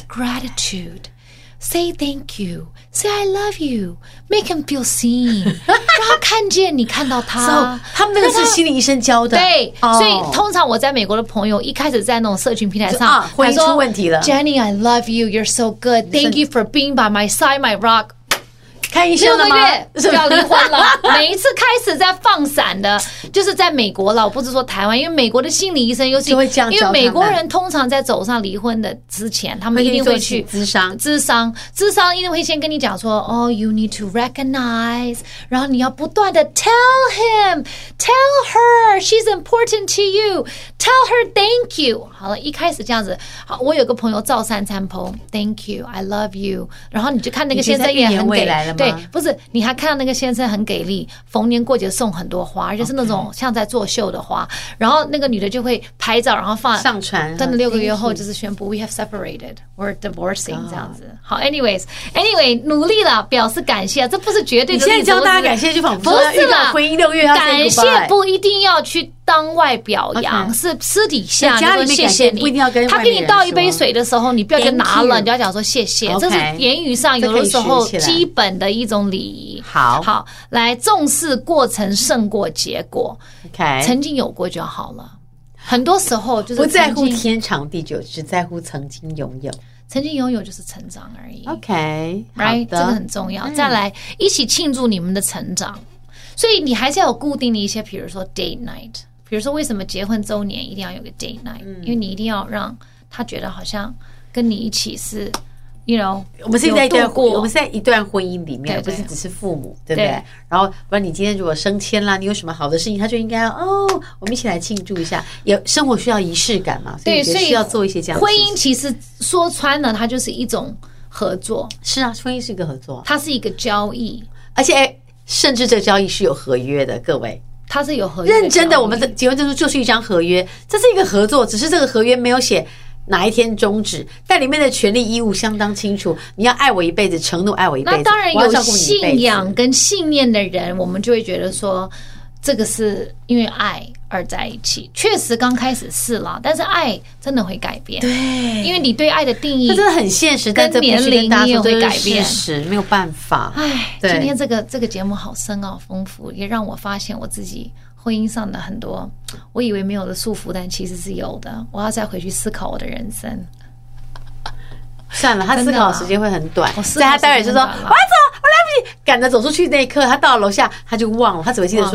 gratitude。Say thank you, say I love you, make him feel seen， 让他看见你看到他。 他们那个是心理医生教的。 对，所以通常我在美国的朋友一开始在那种社群平台上， 婚姻出问题了。 Jenny, I love you, you're so good. Thank you for being by my side, my rock。 看医生了吗 ？6个月就要离婚了。每一次开始在放闪的，就是在美国了，我不是说台湾，因为美国的心理医生尤其因为美国人通常在走上离婚的之前，他们一定会去咨商一定会先跟你讲说，哦 ，you need to recognize， 然后你要不断的 tell him, tell her she's important to you, tell her thank you。好了，一开始这样子，好，我有个朋友照三餐 po thank you, I love you， 然后你就看那个先生也很给。对，不是，你还看到那个先生很给力，逢年过节送很多花，而且是那种像在作秀的花。然后那个女的就会拍照，然后上传。 真的6个月后就是宣布 we have separated, we're divorcing 这样子。好 ，anyway， 努力了，表示感谢，这不是绝对的。 你现在教大家感谢，就仿佛要遇到婚姻6个月要 say goodbye。 感谢不一定要去当外表扬，是私底下家里面谢谢你，不一定要跟他给你倒一杯水的时候，你不要就拿了，你就要讲说谢谢，这是言语上有的时候基本的一种礼仪。好，来重视过程胜过结果。曾经有过就好了。很多时候就是不在乎天长地久，只在乎曾经拥有。 曾经拥有就是成长而已。 OK，right， 这个很重要。再来一起庆祝你们的成长。所以你还是要有固定的一些，比如说 date night。比如说为什么结婚周年一定要有个 date night？因为你一定要让他觉得好像跟你一起是 ，you know， 我们是在一段婚姻里面，不是只是父母，对不对？然后不然你今天如果升迁啦，你有什么好的事情，他就应该我们一起来庆祝一下。有生活需要仪式感嘛？ 对， 所以需要做一些这样的婚姻其实说穿了，它就是一种合作。 是啊，婚姻是一个合作， 它是一个交易， 而且甚至这个交易是有合约的，各位。 它是有合约的， 认真的，我们的结婚证书就是一张合约，这是一个合作，只是这个合约没有写哪一天终止，但里面的权利义务相当清楚。你要爱我一辈子，承诺爱我一辈子。 那当然有信仰跟信念的人，我们就会觉得说，这个是因为爱而在一起。确实刚开始是啦，但是爱真的会改变。 对， 因为你对爱的定义， 这真的很现实，但跟年龄你也会改变， 事实没有办法。 今天这个节目好深奥丰富，也让我发现我自己婚姻上的很多我以为没有的束缚，但其实是有的。我要再回去思考我的人生。 算了，他思考的时间会很短。 在他待会就说我要走，我来不及，赶着走出去那一刻，他到了楼下他就忘了，他只会记得说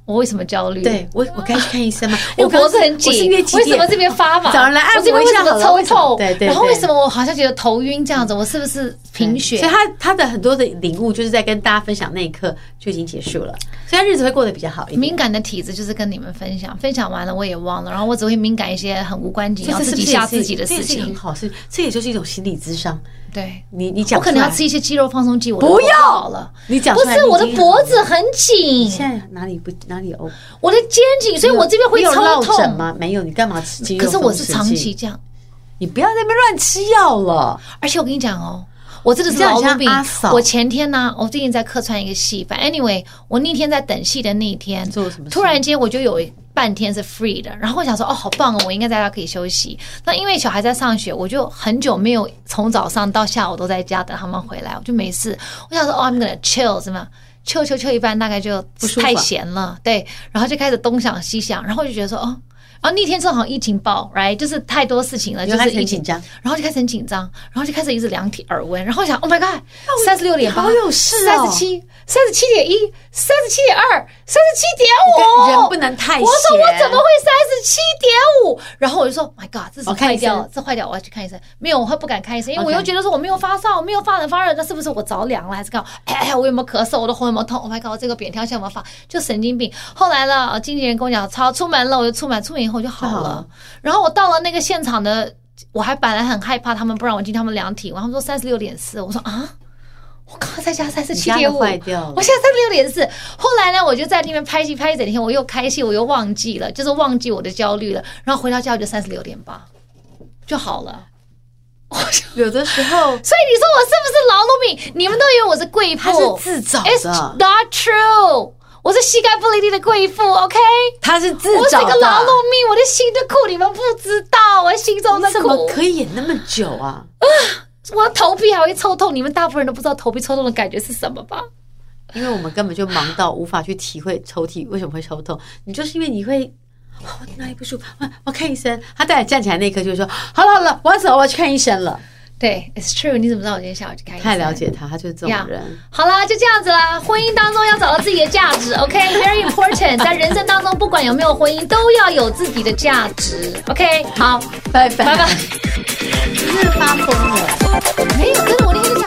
我为什么焦虑？ 对我该去看医生吗？ 我脖子很紧， 我是因为几点为什么这边发麻？ 早上来按摩一下好了， 我这边为什么抽痛？ 对， 然后为什么我好像觉得头晕这样子？我是不是贫血？ 所以他的很多的领悟就是在跟大家分享那一刻就已经结束了，所以他日子会过得比较好一点。 敏感的体质就是跟你们分享完了我也忘了，然后我只会敏感一些很无关紧要自己吓自己的事情。 很好，这也就是一种心理咨商。 对， 你讲出来， 我可能要吃一些肌肉放松剂，我不要好了。 你讲出来， 不是我的脖子很紧， 你现在哪里哦？ 我的肩颈，所以我这边会超痛吗？没有，你干嘛吃肌肉？ 可是我是长期这样， 你不要在那边乱吃药了。 而且我跟你讲哦，我真的是劳碌病。我前天呢，我最近在客串一个戏，反正 anyway， 我那天在等戏的那一天， 做什么？ 突然间我就有半天是 free 的，然后我想说，哦，好棒哦，我应该在家可以休息。那因为小孩在上学，我就很久没有从早上到下午都在家等他们回来，我就没事。我想说，哦 ，I'm gonna chill 是吗？chill 一半大概就太闲了，对，然后就开始东想西想，然后就觉得说，哦。然后那天正好疫情爆 ，right， 就是太多事情了，就是很紧张， 然后就开始很紧张，然后就开始一直量体耳温，然后想 ，Oh my God，36.8， 好有事哦 ，37.1，37.2，37.5， 人不能太闲。 我说我怎么会37.5？然后我就说 ，My God， 这是坏掉了，这坏掉，我要去看医生。没有，我会不敢看医生，因为我又觉得说我没有发烧，没有发热，那是不是我着凉了？还是干嘛？我有没有咳嗽？我的喉有没有痛 ？Oh my God， 这个扁桃腺有没有发？就神经病。后来了，经纪人跟我讲，出门了，我就出门以后就好了。然后我到了那个现场的，我还本来很害怕他们不让我进，他们量体温，他们说36.4，我说啊，我刚刚在家37.5，我现在36.4。后来呢，我就在那边拍戏拍一整天，我又开戏，我又忘记了，就是忘记我的焦虑了。然后回到家我就36.8，就好了。 有的时候， 所以你说我是不是劳碌命？你们都以为我是贵妇， 他是自找的。 It's not true。我是膝盖不离地的贵妇 ，OK？ 他是自找的。 我是个劳碌命，我的心的苦你们不知道，我心中的苦。 你怎么可以演那么久啊？ 我的头皮还会抽痛，你们大部分人都不知道头皮抽痛的感觉是什么吧？ 因为我们根本就忙到无法去体会抽屉为什么会抽痛。你就是因为你会，我哪里不舒服，我看医生。他待会站起来那一刻就会说：“好了，我要走，我要去看医生了。” 对 ，It's true。你怎么知道我今天下午去看医生？ 太了解他，他就是这种人。 好啦，就这样子啦。婚姻当中要找到自己的价值 ，OK，very important。在人生当中，不管有没有婚姻，都要有自己的价值 ，OK。好， 拜拜。 你真是发疯了。 没有，可是我那天。